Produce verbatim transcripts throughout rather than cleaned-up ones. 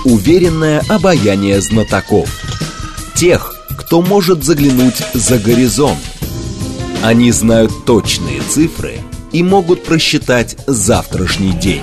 уверенное обаяние знатоков. Тех, кто может заглянуть за горизонт. Они знают точные цифры и могут просчитать завтрашний день.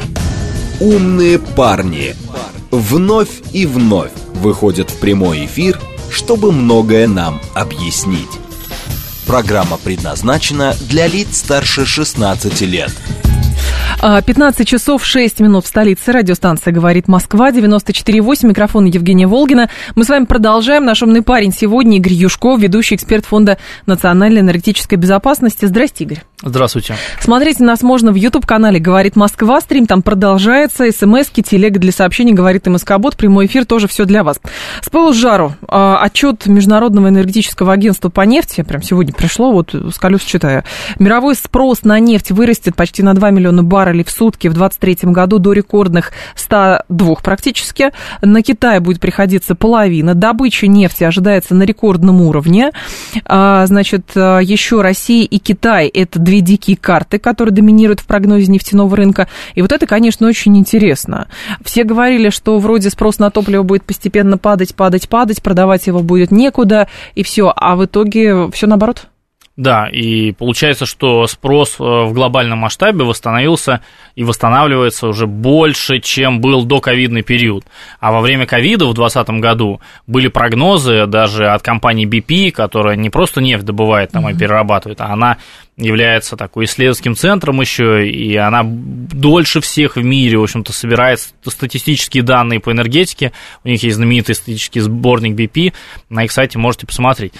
Умные парни вновь и вновь выходят в прямой эфир, чтобы многое нам объяснить. Программа предназначена для лиц старше шестнадцати лет. пятнадцать часов шесть минут в столице. Радиостанция «Говорит Москва», девяносто четыре восемь. Микрофон Евгения Волгина. Мы с вами продолжаем. Наш умный парень сегодня Игорь Юшков, ведущий эксперт Фонда национальной энергетической безопасности. Здрасте, Игорь. Здравствуйте. Смотреть нас можно в YouTube-канале «Говорит Москва». Стрим там продолжается. СМСки, телега для сообщений, говорит МСК-бот. Прямой эфир тоже все для вас. С пылу с жару. Отчет Международного энергетического агентства по нефти. Прям сегодня пришло, вот с колес читаю. Мировой спрос на нефть вырастет почти на два миллиона баррелей в сутки в двадцать третьем году до рекордных ста двух практически. На Китай будет приходиться половина. Добыча нефти ожидается на рекордном уровне. Значит, еще Россия и Китай – это две дикие карты, которые доминируют в прогнозе нефтяного рынка. И вот это, конечно, очень интересно. Все говорили, что вроде спрос на топливо будет постепенно падать, падать, падать, продавать его будет некуда, и все. А в итоге все наоборот. Да, и получается, что спрос в глобальном масштабе восстановился и восстанавливается уже больше, чем был до ковидный период. А во время ковида в двадцатом году были прогнозы даже от компании би пи, которая не просто нефть добывает там, и перерабатывает, а она является такой исследовательским центром еще, и она дольше всех в мире, в общем-то, собирает статистические данные по энергетике. У них есть знаменитый статистический сборник би пи, на их сайте можете посмотреть.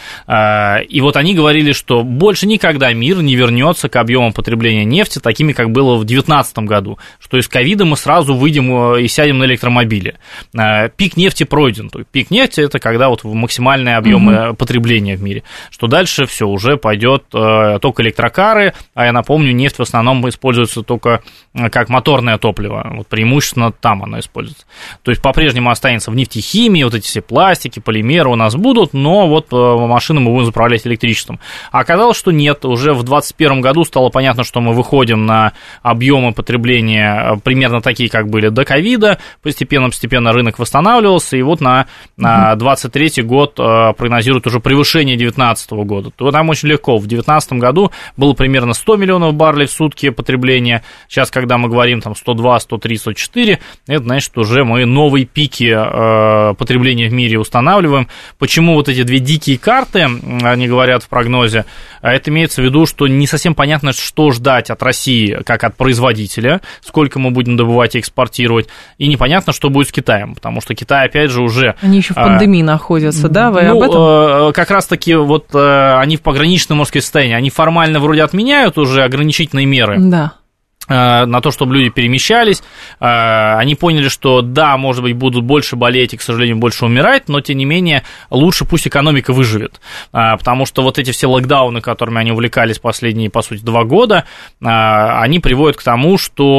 И вот они говорили, что больше никогда мир не вернется к объемам потребления нефти, такими, как было в две тысячи девятнадцатом году, что из ковида мы сразу выйдем и сядем на электромобили. Пик нефти пройден. Пик нефти – это когда вот максимальные объемы угу. потребления в мире. Что дальше все, уже пойдет только электрокар, а я напомню, нефть в основном используется только как моторное топливо, вот преимущественно там оно используется. То есть по-прежнему останется в нефтехимии, вот эти все пластики, полимеры у нас будут, но вот машины мы будем заправлять электричеством. А оказалось, что нет, уже в двадцать первом году стало понятно, что мы выходим на объемы потребления примерно такие, как были до ковида, постепенно-постепенно рынок восстанавливался, и вот на, на двадцать третий год прогнозируют уже превышение две тысячи девятнадцатого года. То там очень легко, в две тысячи девятнадцатом году было примерно сто миллионов баррелей в сутки потребления. Сейчас, когда мы говорим там сто два, сто три, сто четыре, это значит, уже мы новые пики э, потребления в мире устанавливаем. Почему вот эти две дикие карты, они говорят в прогнозе, это имеется в виду, что не совсем понятно, что ждать от России, как от производителя, сколько мы будем добывать и экспортировать, и непонятно, что будет с Китаем, потому что Китай, опять же, уже... Они еще в пандемии э, находятся, да? Вы ну, об этом? Э, как раз-таки вот э, они в пограничном, можно сказать, состоянии, они формально вроде отменяют уже ограничительные меры. Да. На то, чтобы люди перемещались, они поняли, что да, может быть, будут больше болеть и, к сожалению, больше умирать, но, тем не менее, лучше пусть экономика выживет, потому что вот эти все локдауны, которыми они увлекались последние, по сути, два года, они приводят к тому,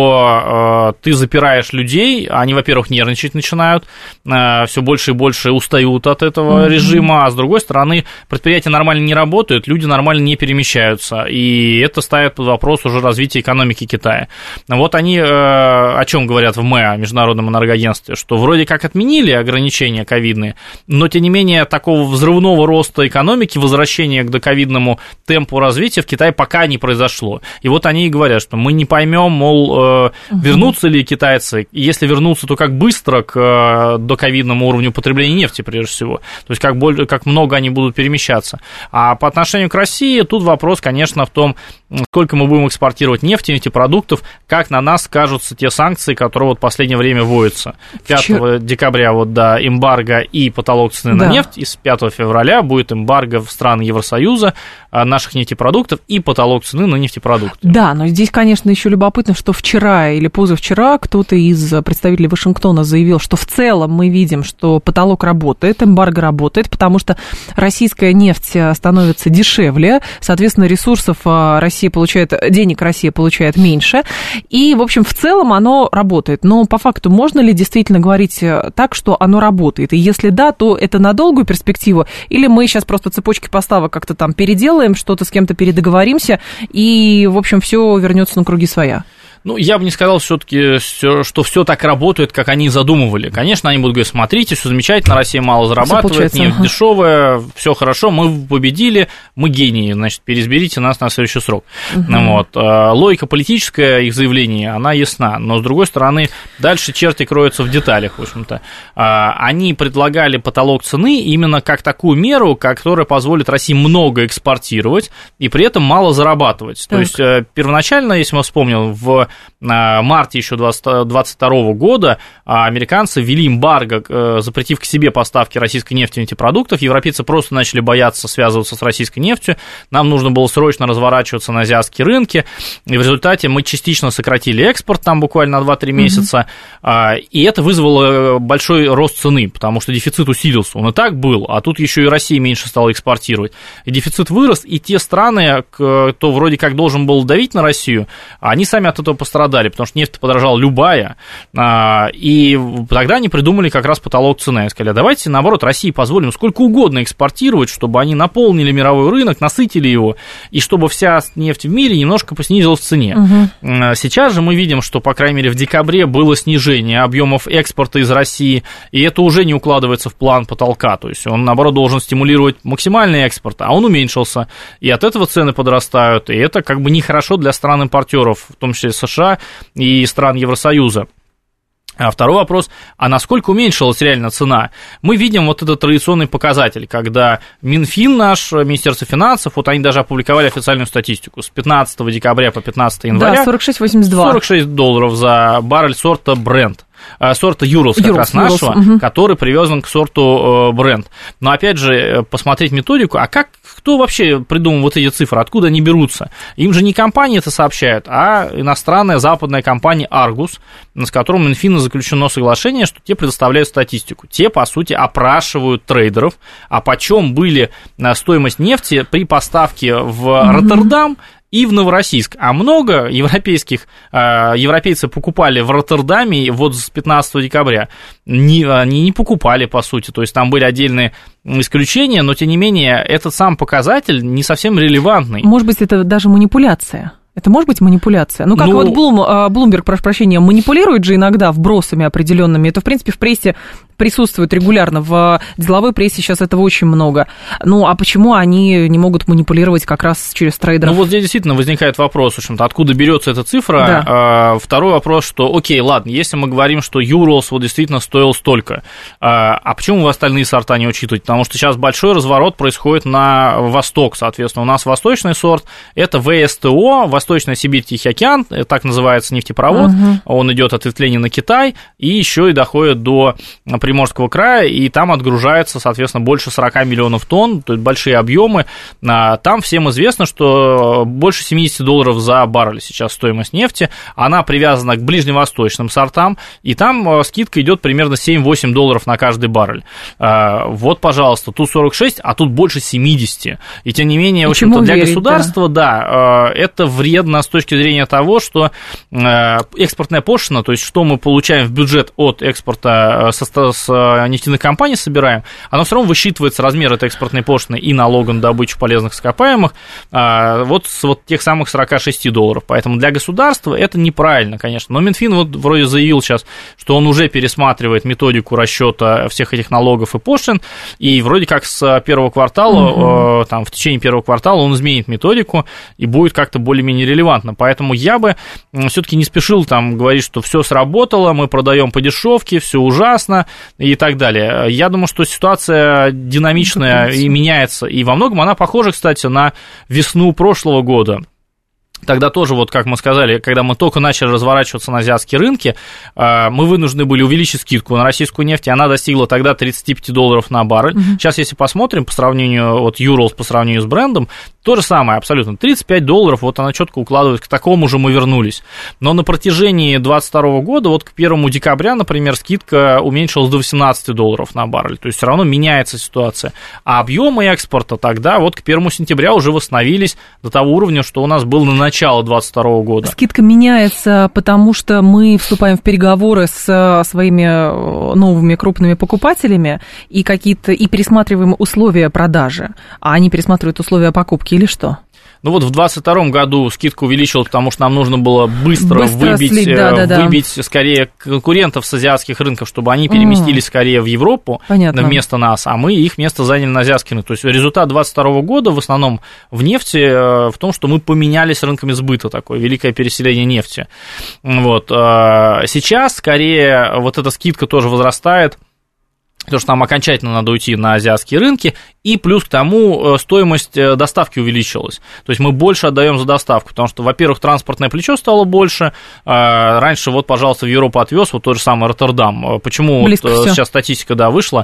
что ты запираешь людей, они, во-первых, нервничать начинают, все больше и больше устают от этого mm-hmm. режима, а с другой стороны, предприятия нормально не работают, люди нормально не перемещаются, и это ставит под вопрос уже развитие экономики Китая. Вот они э, о чем говорят в МЭА, Международном энергоагентстве, что вроде как отменили ограничения ковидные, но, тем не менее, такого взрывного роста экономики, возвращения к доковидному темпу развития в Китае пока не произошло. И вот они и говорят, что мы не поймем, мол, э, вернутся ли китайцы, и если вернутся, то как быстро к э, доковидному уровню потребления нефти, прежде всего, то есть как, более, как много они будут перемещаться. А по отношению к России, тут вопрос, конечно, в том, сколько мы будем экспортировать нефти, нефтепродуктов, как на нас скажутся те санкции, которые вот в последнее время вводятся. пятого декабря вот, да, эмбарго и потолок цены да. на нефть, и с пятого февраля будет эмбарго в страны Евросоюза наших нефтепродуктов и потолок цены на нефтепродукты. Да, но здесь, конечно, еще любопытно, что вчера или позавчера кто-то из представителей Вашингтона заявил, что в целом мы видим, что потолок работает, эмбарго работает, потому что российская нефть становится дешевле, соответственно, ресурсов Россия получает, денег Россия получает меньше, и, в общем, в целом оно работает. Но по факту можно ли действительно говорить так, что оно работает? И если да, то это на долгую перспективу, или мы сейчас просто цепочки поставок как-то там переделаем, что-то с кем-то передоговоримся, и, в общем, все вернется на круги своя? Ну, я бы не сказал все-таки, что все так работает, как они задумывали. Конечно, они будут говорить, смотрите, все замечательно, Россия мало зарабатывает, нефть ага. дешевая, все хорошо, мы победили, мы гении, значит, переизберите нас на следующий срок. Угу. Вот. Логика политическая их заявления, она ясна, но, с другой стороны, дальше черти кроются в деталях, в общем-то. Они предлагали потолок цены именно как такую меру, которая позволит России много экспортировать и при этом мало зарабатывать. Так. То есть, первоначально, если мы вспомним, в марте еще двадцать второго года американцы ввели эмбарго, запретив к себе поставки российской нефти и нефтепродуктов. Европейцы просто начали бояться связываться с российской нефтью. Нам нужно было срочно разворачиваться на азиатские рынки. И в результате мы частично сократили экспорт, там буквально на два-три месяца. Mm-hmm. И это вызвало большой рост цены, потому что дефицит усилился. Он и так был, а тут еще и Россия меньше стала экспортировать. И дефицит вырос, и те страны, кто вроде как должен был давить на Россию, они сами от этого пострадали, потому что нефть подорожала любая, и тогда они придумали как раз потолок цены. Они сказали, давайте, наоборот, России позволим сколько угодно экспортировать, чтобы они наполнили мировой рынок, насытили его, и чтобы вся нефть в мире немножко поснизилась в цене. Угу. Сейчас же мы видим, что, по крайней мере, в декабре было снижение объемов экспорта из России, и это уже не укладывается в план потолка, то есть он, наоборот, должен стимулировать максимальный экспорт, а он уменьшился, и от этого цены подрастают, и это как бы нехорошо для стран-импортеров, в том числе США и стран Евросоюза. А второй вопрос, а насколько уменьшилась реально цена? Мы видим вот этот традиционный показатель, когда Минфин наш, Министерство финансов, вот они даже опубликовали официальную статистику, с пятнадцатого декабря по пятнадцатое января. Да, сорок шесть восемьдесят два. сорок шесть долларов за баррель сорта Brent. Сорта Urals, как Urals, раз нашего, Urals, угу. который привязан к сорту Brent. Но, опять же, посмотреть методику, а как, кто вообще придумал вот эти цифры, откуда они берутся? Им же не компании это сообщают, а иностранная западная компания Argus, с которой Минфина заключено соглашение, что те предоставляют статистику. Те, по сути, опрашивают трейдеров, а почем были стоимость нефти при поставке в угу. Роттердам и в Новороссийск. А много европейских, э, европейцы покупали в Роттердаме вот с пятнадцатого декабря. Не, они не покупали, по сути, то есть там были отдельные исключения, но, тем не менее, этот сам показатель не совсем релевантный. Может быть, это даже манипуляция? Это может быть манипуляция? Ну, как ну, вот Блум, Блумберг, прошу прощения, манипулирует же иногда вбросами определенными. Это, в принципе, в прессе присутствует регулярно. В деловой прессе сейчас этого очень много. Ну, а почему они не могут манипулировать как раз через трейдеров? Ну, вот здесь действительно возникает вопрос, в общем-то, откуда берется эта цифра. Да. Второй вопрос, что, окей, ладно, если мы говорим, что Urals вот действительно стоил столько, а почему вы остальные сорта не учитываете? Потому что сейчас большой разворот происходит на восток, соответственно. У нас восточный сорт, это вэ эс тэ о, Восточный Сибирь-Тихий океан, так называется нефтепровод, uh-huh. он идет ответвление на Китай, и еще и доходит до Приморского края, и там отгружается, соответственно, больше сорок миллионов тонн, то есть большие объемы. Там всем известно, что больше семьдесят долларов за баррель сейчас стоимость нефти, она привязана к ближневосточным сортам, и там скидка идет примерно семь-восемь долларов на каждый баррель. Вот, пожалуйста, тут сорок шесть, а тут больше семьдесят. И тем не менее, и в общем-то, для верить, государства, да, да это вредно с точки зрения того, что экспортная пошлина, то есть что мы получаем в бюджет от экспорта со, с нефтяных компаний собираем, оно все равно высчитывается, размер этой экспортной пошлины и налога на добычу полезных ископаемых вот с вот тех самых сорок шесть долларов. Поэтому для государства это неправильно, конечно. Но Минфин вот вроде заявил сейчас, что он уже пересматривает методику расчета всех этих налогов и пошлин, и вроде как с первого квартала, угу. там, в течение первого квартала он изменит методику и будет как-то более-менее релевантно. Поэтому я бы все-таки не спешил там говорить, что все сработало, мы продаем по дешевке, все ужасно и так далее. Я думаю, что ситуация динамичная и меняется, и во многом она похожа, кстати, на весну прошлого года. Тогда тоже, вот как мы сказали, когда мы только начали разворачиваться на азиатские рынки, мы вынуждены были увеличить скидку на российскую нефть, и она достигла тогда тридцать пять долларов на баррель. Mm-hmm. Сейчас, если посмотрим по сравнению, вот Urals по сравнению с брендом, то же самое абсолютно, тридцать пять долларов, вот она четко укладывается, к такому же мы вернулись. Но на протяжении двадцать второго года, вот к первому декабря, например, скидка уменьшилась до восемнадцать долларов на баррель, то есть все равно меняется ситуация. А объемы экспорта тогда вот к первому сентября уже восстановились до того уровня, что у нас был на начала двадцать второго года. Скидка меняется, потому что мы вступаем в переговоры с своими новыми крупными покупателями и какие-то и пересматриваем условия продажи, а они пересматривают условия покупки или что? Ну вот в двадцать втором году скидка увеличилась, потому что нам нужно было быстро, быстро выбить, слить, да, да, да. выбить скорее конкурентов с азиатских рынков, чтобы они переместились mm. скорее в Европу Понятно. вместо нас, а мы их место заняли на азиатский рынок. То есть результат двадцать второго года в основном в нефти в том, что мы поменялись рынками сбыта, такое великое переселение нефти. Вот. Сейчас скорее вот эта скидка тоже возрастает, потому что нам окончательно надо уйти на азиатские рынки, и плюс к тому стоимость доставки увеличилась. То есть мы больше отдаем за доставку, потому что, во-первых, транспортное плечо стало больше. Раньше, вот, пожалуйста, в Европу отвез, вот тот же самый Роттердам. Почему вот сейчас статистика, да, вышла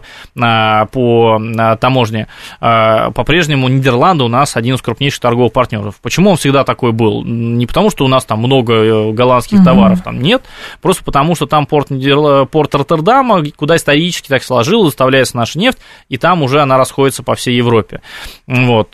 по таможне? По-прежнему Нидерланды у нас один из крупнейших торговых партнеров. Почему он всегда такой был? Не потому, что у нас там много голландских mm-hmm. товаров, там нет, просто потому, что там порт, порт Роттердама, куда исторически так сложилось, доставляется наша нефть, и там уже она расходится по всей Европе. Вот,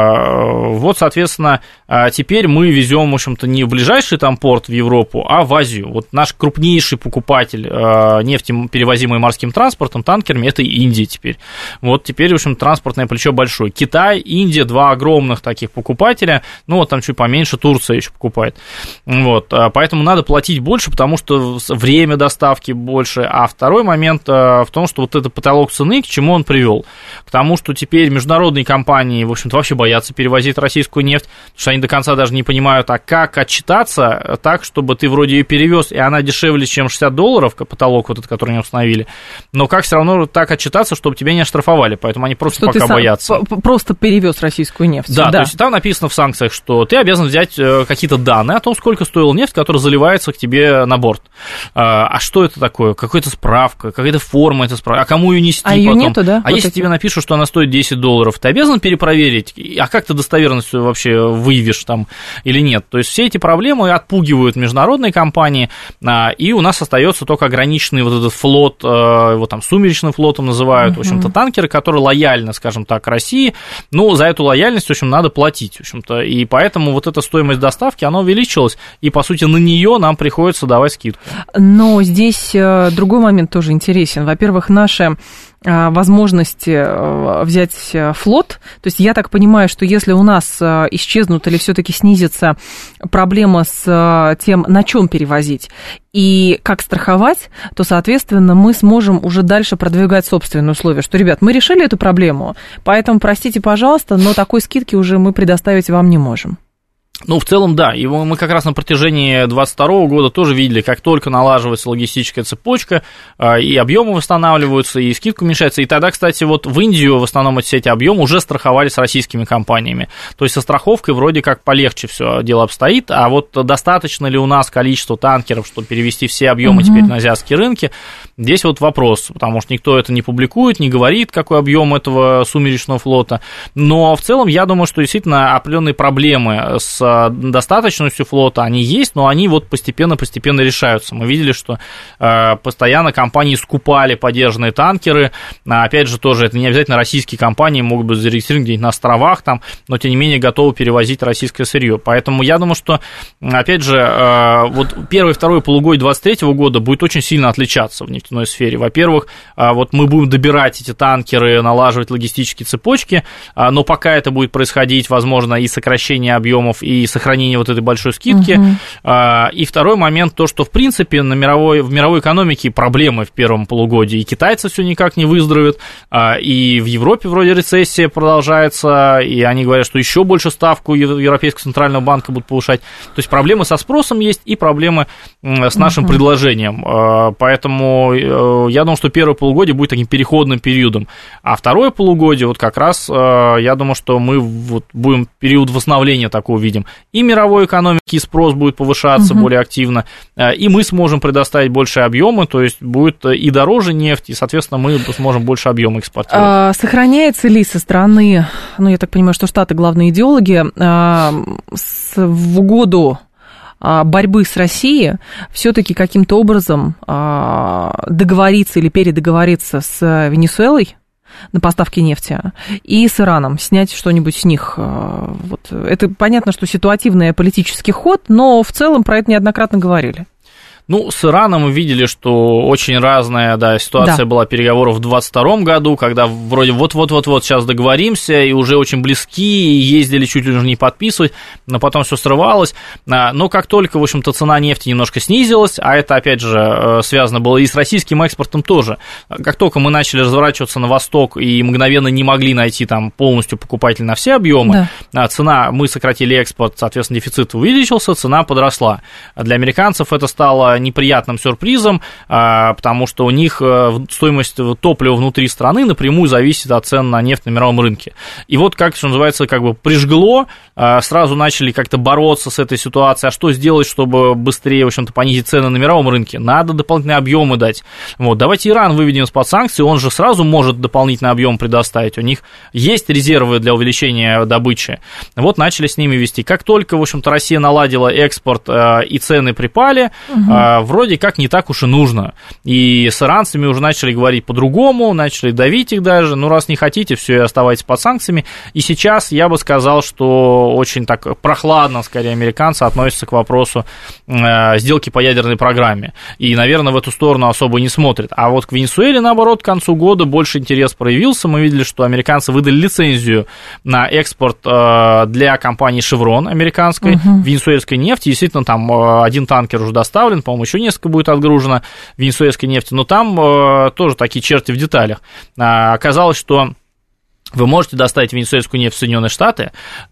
вот, соответственно, теперь мы везем, в общем-то, не в ближайший там порт в Европу, а в Азию. Вот наш крупнейший покупатель нефти, перевозимой морским транспортом, танкерами, это Индия теперь. Вот теперь, в общем, транспортное плечо большое. Китай, Индия, два огромных таких покупателя, ну, вот там чуть поменьше Турция еще покупает. Вот, поэтому надо платить больше, потому что время доставки больше. А второй момент в том, что вот это потолок цены, к чему он привел? К тому, что теперь международные компании, в общем-то, вообще боятся перевозить российскую нефть, потому что они до конца даже не понимают, а как отчитаться так, чтобы ты вроде ее перевез, и она дешевле, чем шестьдесят долларов, потолок вот этот, который они установили, но как все равно так отчитаться, чтобы тебя не оштрафовали, поэтому они просто что пока боятся. Просто перевез российскую нефть. Да, да, то есть там написано в санкциях, что ты обязан взять какие-то данные о том, сколько стоила нефть, которая заливается к тебе на борт. А что это такое? Какая-то справка, какая-то форма этой справки, а кому ее нести а потом? Ее нету, да? А вот если эти... тебе напишут, что она стоит десять долларов, ты обязан перепроверить, а как ты достоверность вообще выявишь там или нет? То есть все эти проблемы отпугивают международные компании, и у нас остается только ограниченный вот этот флот, его там сумеречным флотом называют, uh-huh. в общем-то, танкеры, которые лояльны, скажем так, России, но за эту лояльность, в общем, надо платить, в общем-то, и поэтому вот эта стоимость доставки, она увеличилась, и, по сути, на нее нам приходится давать скидку. Но здесь другой момент тоже интересен. Во-первых, наши возможности взять флот, то есть я так понимаю, что если у нас исчезнут или все-таки снизится проблема с тем, на чем перевозить и как страховать, то, соответственно, мы сможем уже дальше продвигать собственные условия, что, ребят, мы решили эту проблему, поэтому, простите, пожалуйста, но такой скидки уже мы предоставить вам не можем. Ну, в целом, да, и мы как раз на протяжении двадцать второго года тоже видели, как только налаживается логистическая цепочка, и объемы восстанавливаются, и скидка уменьшается, и тогда, кстати, вот в Индию в основном все эти объемы уже страховались российскими компаниями, то есть со страховкой вроде как полегче все дело обстоит, а вот достаточно ли у нас количество танкеров, чтобы перевести все объемы mm-hmm. теперь на азиатские рынки, здесь вот вопрос, потому что никто это не публикует, не говорит, какой объем этого сумеречного флота, но в целом я думаю, что действительно определенные проблемы с достаточностью флота, они есть, но они вот постепенно-постепенно решаются. Мы видели, что э, постоянно компании скупали подержанные танкеры, а, опять же, тоже это не обязательно российские компании, могут быть зарегистрированы где-нибудь на островах, там, но тем не менее готовы перевозить российское сырье. Поэтому я думаю, что, опять же, э, вот первое и второе полугодие двадцать третьего года будет очень сильно отличаться в нефтяной сфере. Во-первых, э, вот мы будем добирать эти танкеры, налаживать логистические цепочки, э, но пока это будет происходить, возможно, и сокращение объемов, и сохранение вот этой большой скидки. Uh-huh. И второй момент, то, что, в принципе, на мировой, в мировой экономике проблемы в первом полугодии. И китайцы все никак не выздоровеют, и в Европе вроде рецессия продолжается, и они говорят, что еще больше ставку Европейского центрального банка будут повышать. То есть проблемы со спросом есть и проблемы с нашим uh-huh. предложением. Поэтому я думаю, что первое полугодие будет таким переходным периодом. А второе полугодие, вот как раз, я думаю, что мы вот будем период восстановления такого видим. И мировой экономики спрос будет повышаться угу. более активно, и мы сможем предоставить большие объемы, то есть будет и дороже нефть, и, соответственно, мы сможем больше объема экспортировать. А, сохраняется ли со стороны, ну, я так понимаю, что Штаты главные идеологи, а, с, в угоду борьбы с Россией все-таки каким-то образом а, договориться или передоговориться с Венесуэлой на поставки нефти, и с Ираном, снять что-нибудь с них. Вот. Это понятно, что ситуативный политический ход, но в целом про это неоднократно говорили. Ну, с Ираном мы видели, что очень разная, да, ситуация да. была переговоров в двадцать втором году, когда вроде вот-вот-вот-вот сейчас договоримся, и уже очень близки, и ездили чуть ли не подписывать, но потом все срывалось. Но как только, в общем-то, цена нефти немножко снизилась, а это, опять же, связано было и с российским экспортом тоже, как только мы начали разворачиваться на восток и мгновенно не могли найти там полностью покупателей на все объемы, да. цена, мы сократили экспорт, соответственно, дефицит увеличился, цена подросла. Для американцев это стало неприятным сюрпризом, потому что у них стоимость топлива внутри страны напрямую зависит от цен на нефть на мировом рынке. И вот, как, что называется, как бы прижгло, сразу начали как-то бороться с этой ситуацией, а что сделать, чтобы быстрее, в общем-то, понизить цены на мировом рынке? Надо дополнительные объемы дать. Вот, давайте Иран выведем из-под санкций, он же сразу может дополнительный объем предоставить, у них есть резервы для увеличения добычи. Вот начали с ними вести. Как только, в общем-то, Россия наладила экспорт и цены припали, угу. вроде как не так уж и нужно. И с иранцами уже начали говорить по-другому, начали давить их даже, ну, раз не хотите, все, и оставайтесь под санкциями. И сейчас я бы сказал, что очень так прохладно, скорее, американцы относятся к вопросу э, сделки по ядерной программе. И, наверное, в эту сторону особо не смотрят. А вот к Венесуэле, наоборот, к концу года больше интерес проявился. Мы видели, что американцы выдали лицензию на экспорт э, для компании Chevron американской, угу. венесуэльской нефти. Действительно, там э, один танкер уже доставлен, по-моему, еще несколько будет отгружено венесуэльской нефти. Но там э, тоже такие черти в деталях. А, оказалось, что вы можете доставить венесуэльскую нефть в Соединенные Штаты,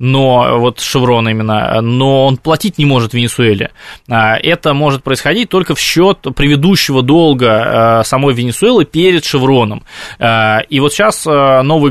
но вот Шеврон именно, но он платить не может Венесуэле. Это может происходить только в счет предыдущего долга самой Венесуэлы перед Шевроном. И вот сейчас новый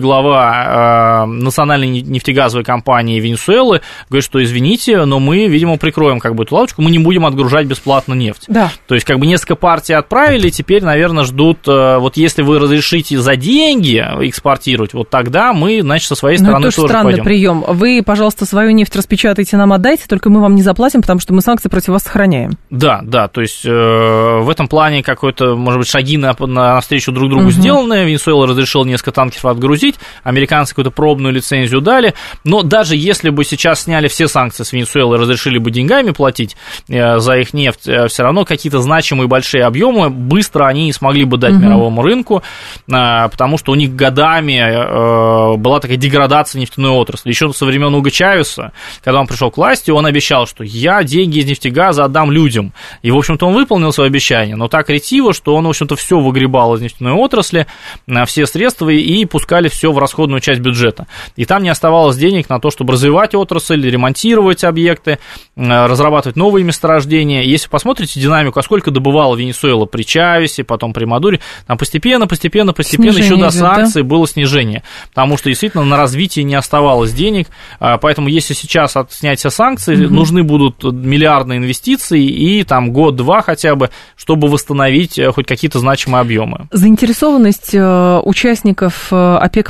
глава национальной нефтегазовой компании Венесуэлы говорит, что извините, но мы, видимо, прикроем как бы эту лавочку, мы не будем отгружать бесплатно нефть. Да. То есть как бы несколько партий отправили, теперь, наверное, ждут, вот если вы разрешите за деньги экспортировать, вот тогда да, мы, значит, со своей стороны тоже пойдем. Это странный прием. Вы, пожалуйста, свою нефть распечатайте, нам отдайте, только мы вам не заплатим, потому что мы санкции против вас сохраняем. Да, да, то есть э, в этом плане какой-то, может быть, шаги на, на, навстречу друг другу угу. сделаны. Венесуэла разрешила несколько танкеров отгрузить, американцы какую-то пробную лицензию дали, но даже если бы сейчас сняли все санкции с Венесуэлы и разрешили бы деньгами платить э, за их нефть, э, все равно какие-то значимые большие объемы быстро они не смогли бы дать угу. мировому рынку, э, потому что у них годами... Э, была такая деградация нефтяной отрасли. Еще со времен Уго Чавеса, когда он пришел к власти, он обещал, что я деньги из нефтегаза отдам людям. И, в общем-то, он выполнил свое обещание, но так ретиво, что он, в общем-то, все выгребал из нефтяной отрасли, все средства и пускали все в расходную часть бюджета. И там не оставалось денег на то, чтобы развивать отрасль, ремонтировать объекты, разрабатывать новые месторождения. Если посмотрите динамику, а сколько добывала Венесуэла при Чавесе, потом при Мадуре, там постепенно, постепенно, постепенно, снижение еще до санкций да? было снижение. Потому что действительно на развитие не оставалось денег, поэтому если сейчас от снятия санкций, угу. нужны будут миллиардные инвестиции и там год-два хотя бы, чтобы восстановить хоть какие-то значимые объемы. Заинтересованность участников ОПЕК+,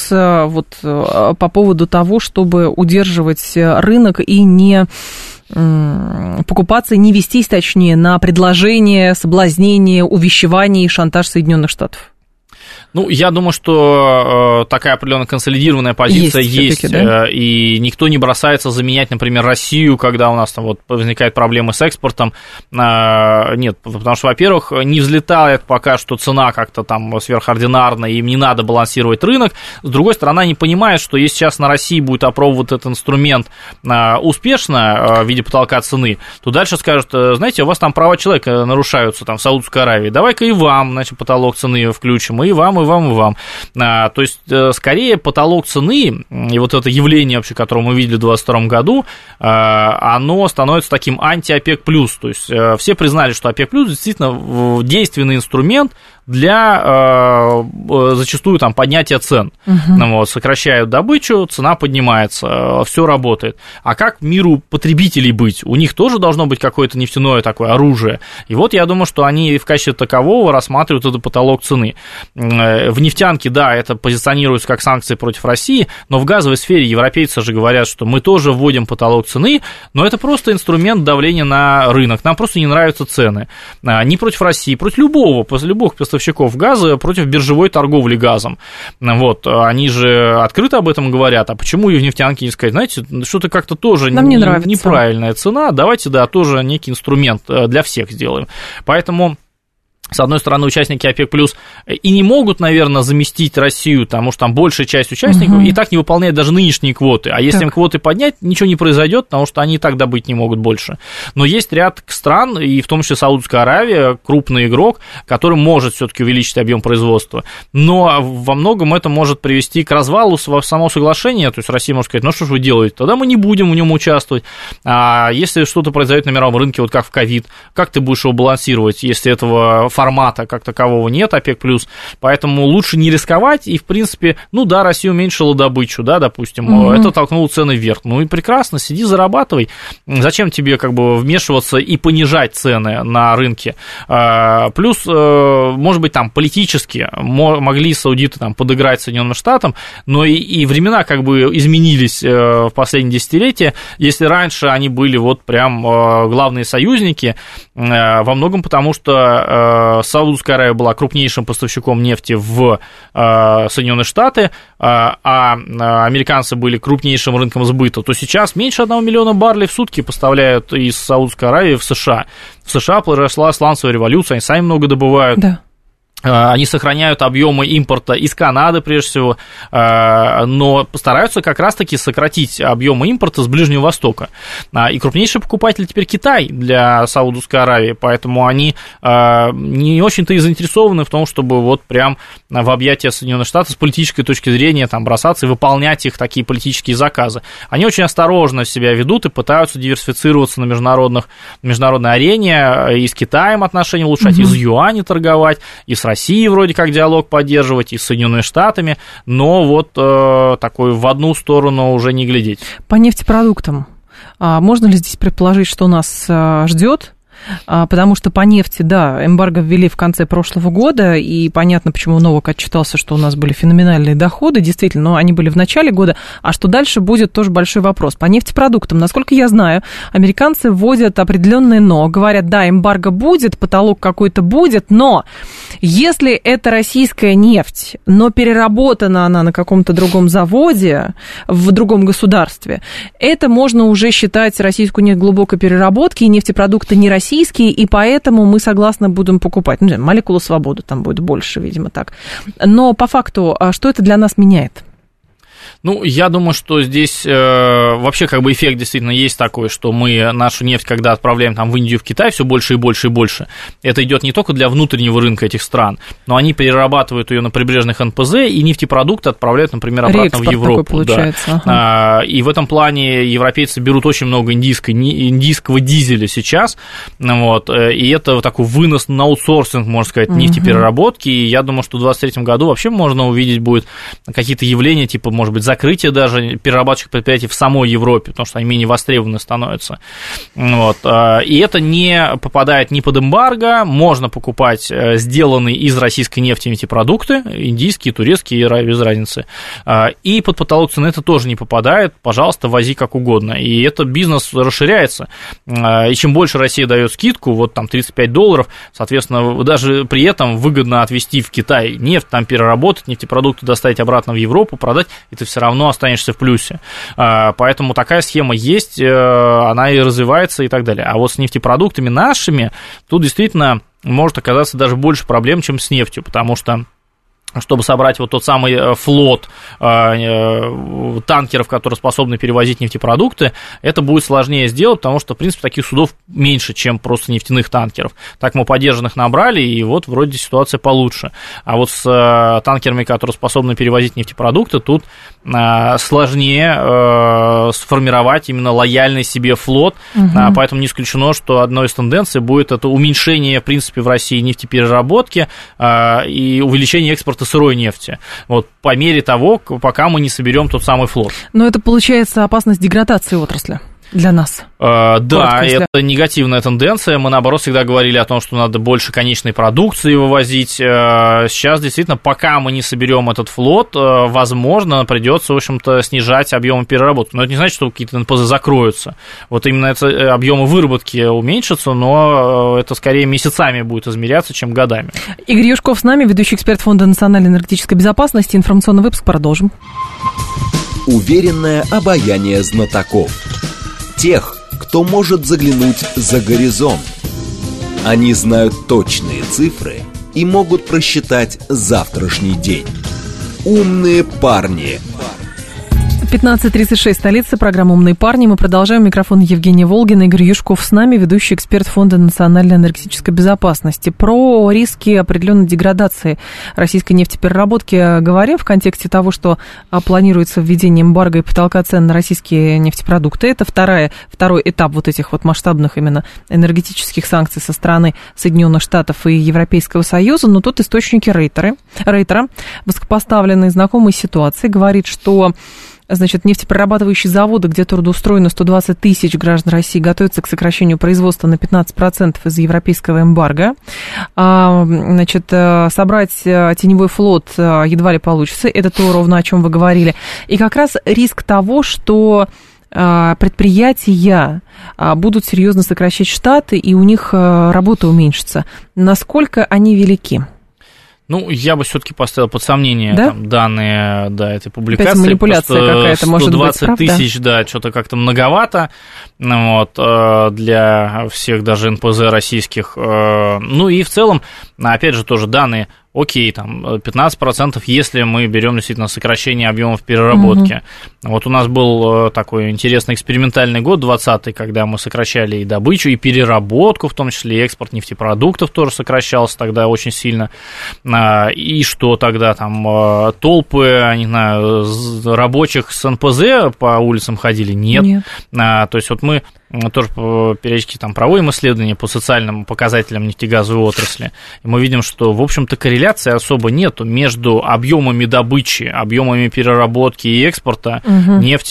вот по поводу того, чтобы удерживать рынок и не покупаться, не вестись, точнее, на предложение, соблазнение, увещевание и шантаж Соединенных Штатов. Ну, я думаю, что э, такая определенная консолидированная позиция есть, есть да? э, и никто не бросается заменять, например, Россию, когда у нас там вот возникают проблемы с экспортом. Э, нет, потому что, во-первых, не взлетает пока что цена как-то там сверхординарная, им не надо балансировать рынок. С другой стороны, они понимают, что если сейчас на России будет опробовать этот инструмент э, успешно э, в виде потолка цены, то дальше скажут, знаете, у вас там права человека нарушаются там в Саудовской Аравии, давай-ка и вам, значит, потолок цены включим, и вам, и вам, и вам. А, то есть, скорее, потолок цены, и вот это явление, вообще, которое мы видели в двадцать втором году, а, оно становится таким анти-ОПЕК+. То есть, все признали, что ОПЕК+, действительно, действенный инструмент для э, зачастую там поднятия цен. Uh-huh. Вот, сокращают добычу, цена поднимается, все работает. А как миру потребителей быть? У них тоже должно быть какое-то нефтяное такое оружие. И вот я думаю, что они в качестве такового рассматривают этот потолок цены. В нефтянке, да, это позиционируется как санкции против России, но в газовой сфере европейцы же говорят, что мы тоже вводим потолок цены, но это просто инструмент давления на рынок. Нам просто не нравятся цены. Не против России, против любого, любых поставщиков газа против биржевой торговли газом. Вот, они же открыто об этом говорят, а почему и в нефтянке не сказать, знаете, что-то как-то тоже Нам не не, нравится. неправильная цена, давайте, да, тоже некий инструмент для всех сделаем. Поэтому... С одной стороны, участники ОПЕК+, и не могут, наверное, заместить Россию, потому что там большая часть участников угу. и так не выполняет даже нынешние квоты. А если так. им квоты поднять, ничего не произойдет, потому что они и так добыть не могут больше. Но есть ряд стран, и в том числе Саудовская Аравия, крупный игрок, который может все-таки увеличить объем производства. Но во многом это может привести к развалу самого соглашения. То есть Россия может сказать, ну что ж вы делаете, тогда мы не будем в нем участвовать. А если что-то произойдет на мировом рынке, вот как в ковид, как ты будешь его балансировать, если этого формата как такового нет, ОПЕК+, поэтому лучше не рисковать, и, в принципе, ну да, Россия уменьшила добычу, да, допустим, mm-hmm. это толкнуло цены вверх, ну и прекрасно, сиди, зарабатывай, зачем тебе как бы вмешиваться и понижать цены на рынке, плюс, может быть, там политически могли саудиты там подыграть Соединенным Штатам, но и, и времена как бы изменились в последние десятилетия, если раньше они были вот прям главные союзники, во многом потому, что Саудовская Аравия была крупнейшим поставщиком нефти в э, Соединенные Штаты, э, а американцы были крупнейшим рынком сбыта, то сейчас меньше одного миллиона баррелей в сутки поставляют из Саудовской Аравии в США. В США произошла сланцевая революция, они сами много добывают. Да. Они сохраняют объемы импорта из Канады, прежде всего, но постараются как раз-таки сократить объемы импорта с Ближнего Востока. И крупнейший покупатель теперь Китай для Саудовской Аравии, поэтому они не очень-то и заинтересованы в том, чтобы вот прям в объятия Соединенных Штатов с политической точки зрения там бросаться и выполнять их такие политические заказы. Они очень осторожно себя ведут и пытаются диверсифицироваться на международных, международной арене, и с Китаем отношения улучшать, угу. и с юанем торговать, и с Россией вроде как диалог поддерживать, и с Соединенными Штатами, но вот э, такой в одну сторону уже не глядеть. По нефтепродуктам, а можно ли здесь предположить, что нас а, ждет? Потому что по нефти, да, эмбарго ввели в конце прошлого года, и понятно, почему Новак отчитался, что у нас были феноменальные доходы, действительно, но они были в начале года, а что дальше будет, тоже большой вопрос. По нефтепродуктам, насколько я знаю, американцы вводят определенное «но», говорят, да, эмбарго будет, потолок какой-то будет, но если это российская нефть, но переработана она на каком-то другом заводе, в другом государстве, это можно уже считать российскую нефть глубокой переработки, и нефтепродукты не российские, и поэтому мы согласны будем покупать. Ну, молекула свободы там будет больше, видимо, так. Но по факту, что это для нас меняет? Ну, я думаю, что здесь э, вообще как бы эффект действительно есть такой, что мы нашу нефть, когда отправляем там в Индию, в Китай, все больше и больше и больше, это идет не только для внутреннего рынка этих стран, но они перерабатывают ее на прибрежных эн пэ зэ и нефтепродукты отправляют, например, обратно Реэкспорт в Европу. Такой получается. Да. Ага. А, и в этом плане европейцы берут очень много индийской, индийского дизеля сейчас, вот, и это такой вынос на аутсорсинг, можно сказать, угу. нефтепереработки, и я думаю, что в двадцать третьем году вообще можно увидеть будет какие-то явления, типа, может быть, закрытие даже перерабатывающих предприятий в самой Европе, потому что они менее востребованы становятся. Вот. И это не попадает ни под эмбарго, можно покупать сделанные из российской нефти нефтепродукты, индийские, турецкие, без разницы. И под потолок цены это тоже не попадает, пожалуйста, вози как угодно. И этот бизнес расширяется. И чем больше Россия дает скидку, вот там тридцать пять долларов, соответственно, даже при этом выгодно отвезти в Китай нефть, там переработать, нефтепродукты доставить обратно в Европу, продать, и ты все равно останешься в плюсе. Поэтому такая схема есть, она и развивается и так далее. А вот с нефтепродуктами нашими тут действительно может оказаться даже больше проблем, чем с нефтью, потому что чтобы собрать вот тот самый флот э, танкеров, которые способны перевозить нефтепродукты, это будет сложнее сделать, потому что, в принципе, таких судов меньше, чем просто нефтяных танкеров. Так мы подержанных набрали, и вот вроде ситуация получше. А вот с э, танкерами, которые способны перевозить нефтепродукты, тут э, сложнее э, сформировать именно лояльный себе флот, угу. э, поэтому не исключено, что одной из тенденций будет это уменьшение, в принципе, в России нефтепереработки э, и увеличение экспорта сырой нефти, вот, по мере того, пока мы не соберем тот самый флот. Но это получается опасность деградации отрасли. для нас? Uh, да, это негативная тенденция. Мы, наоборот, всегда говорили о том, что надо больше конечной продукции вывозить. Uh, сейчас, действительно, пока мы не соберем этот флот, uh, возможно, придется, в общем-то, снижать объемы переработки. Но это не значит, что какие-то эн пэ зэ закроются. Вот именно это, объемы выработки уменьшатся, но это скорее месяцами будет измеряться, чем годами. Игорь Юшков с нами, ведущий эксперт Фонда национальной энергетической безопасности. Информационный выпуск продолжим. Уверенное обаяние знатоков. Тех, кто может заглянуть за горизонт. Они знают точные цифры и могут просчитать завтрашний день. Умные парни. пятнадцать тридцать шесть, столица, программа «Умные парни». Мы продолжаем. Микрофон Евгения Волгина, Игорь Юшков с нами, ведущий эксперт Фонда национальной энергетической безопасности. Про риски определенной деградации российской нефтепереработки говорим в контексте того, что планируется введение эмбарго и потолка цен на российские нефтепродукты. Это вторая, второй этап вот этих вот масштабных именно энергетических санкций со стороны Соединенных Штатов и Европейского Союза. Но тут источники Рейтера, Рейтера высокопоставленные, знакомые ситуации, говорит, что значит, нефтеперерабатывающие заводы, где трудоустроено сто двадцать тысяч граждан России, готовятся к сокращению производства на пятнадцать процентов из-за европейского эмбарго. Значит, собрать теневой флот едва ли получится. Это то, ровно о чем вы говорили. И как раз риск того, что предприятия будут серьезно сокращать штаты, и у них работа уменьшится. Насколько они велики? Ну, я бы все-таки поставил под сомнение, да? Там, данные, да, этой публикации. Опять манипуляция какая-то, может быть, сто двадцать тысяч, да, что-то как-то многовато, вот, для всех даже эн пэ зэ российских. Ну и в целом, опять же, тоже данные. Окей, там пятнадцать процентов, если мы берем действительно сокращение объемов переработки. Угу. Вот у нас был такой интересный экспериментальный год, двадцатый, когда мы сокращали и добычу, и переработку, в том числе и экспорт нефтепродуктов тоже сокращался тогда очень сильно. И что тогда там толпы, не знаю, рабочих с эн пэ зэ по улицам ходили? Нет. Нет. То есть вот мы тоже периодически там проводим исследования по социальным показателям нефтегазовой отрасли, и мы видим, что, в общем-то, корреляции особо нету между объемами добычи, объемами переработки и экспорта угу. нефти,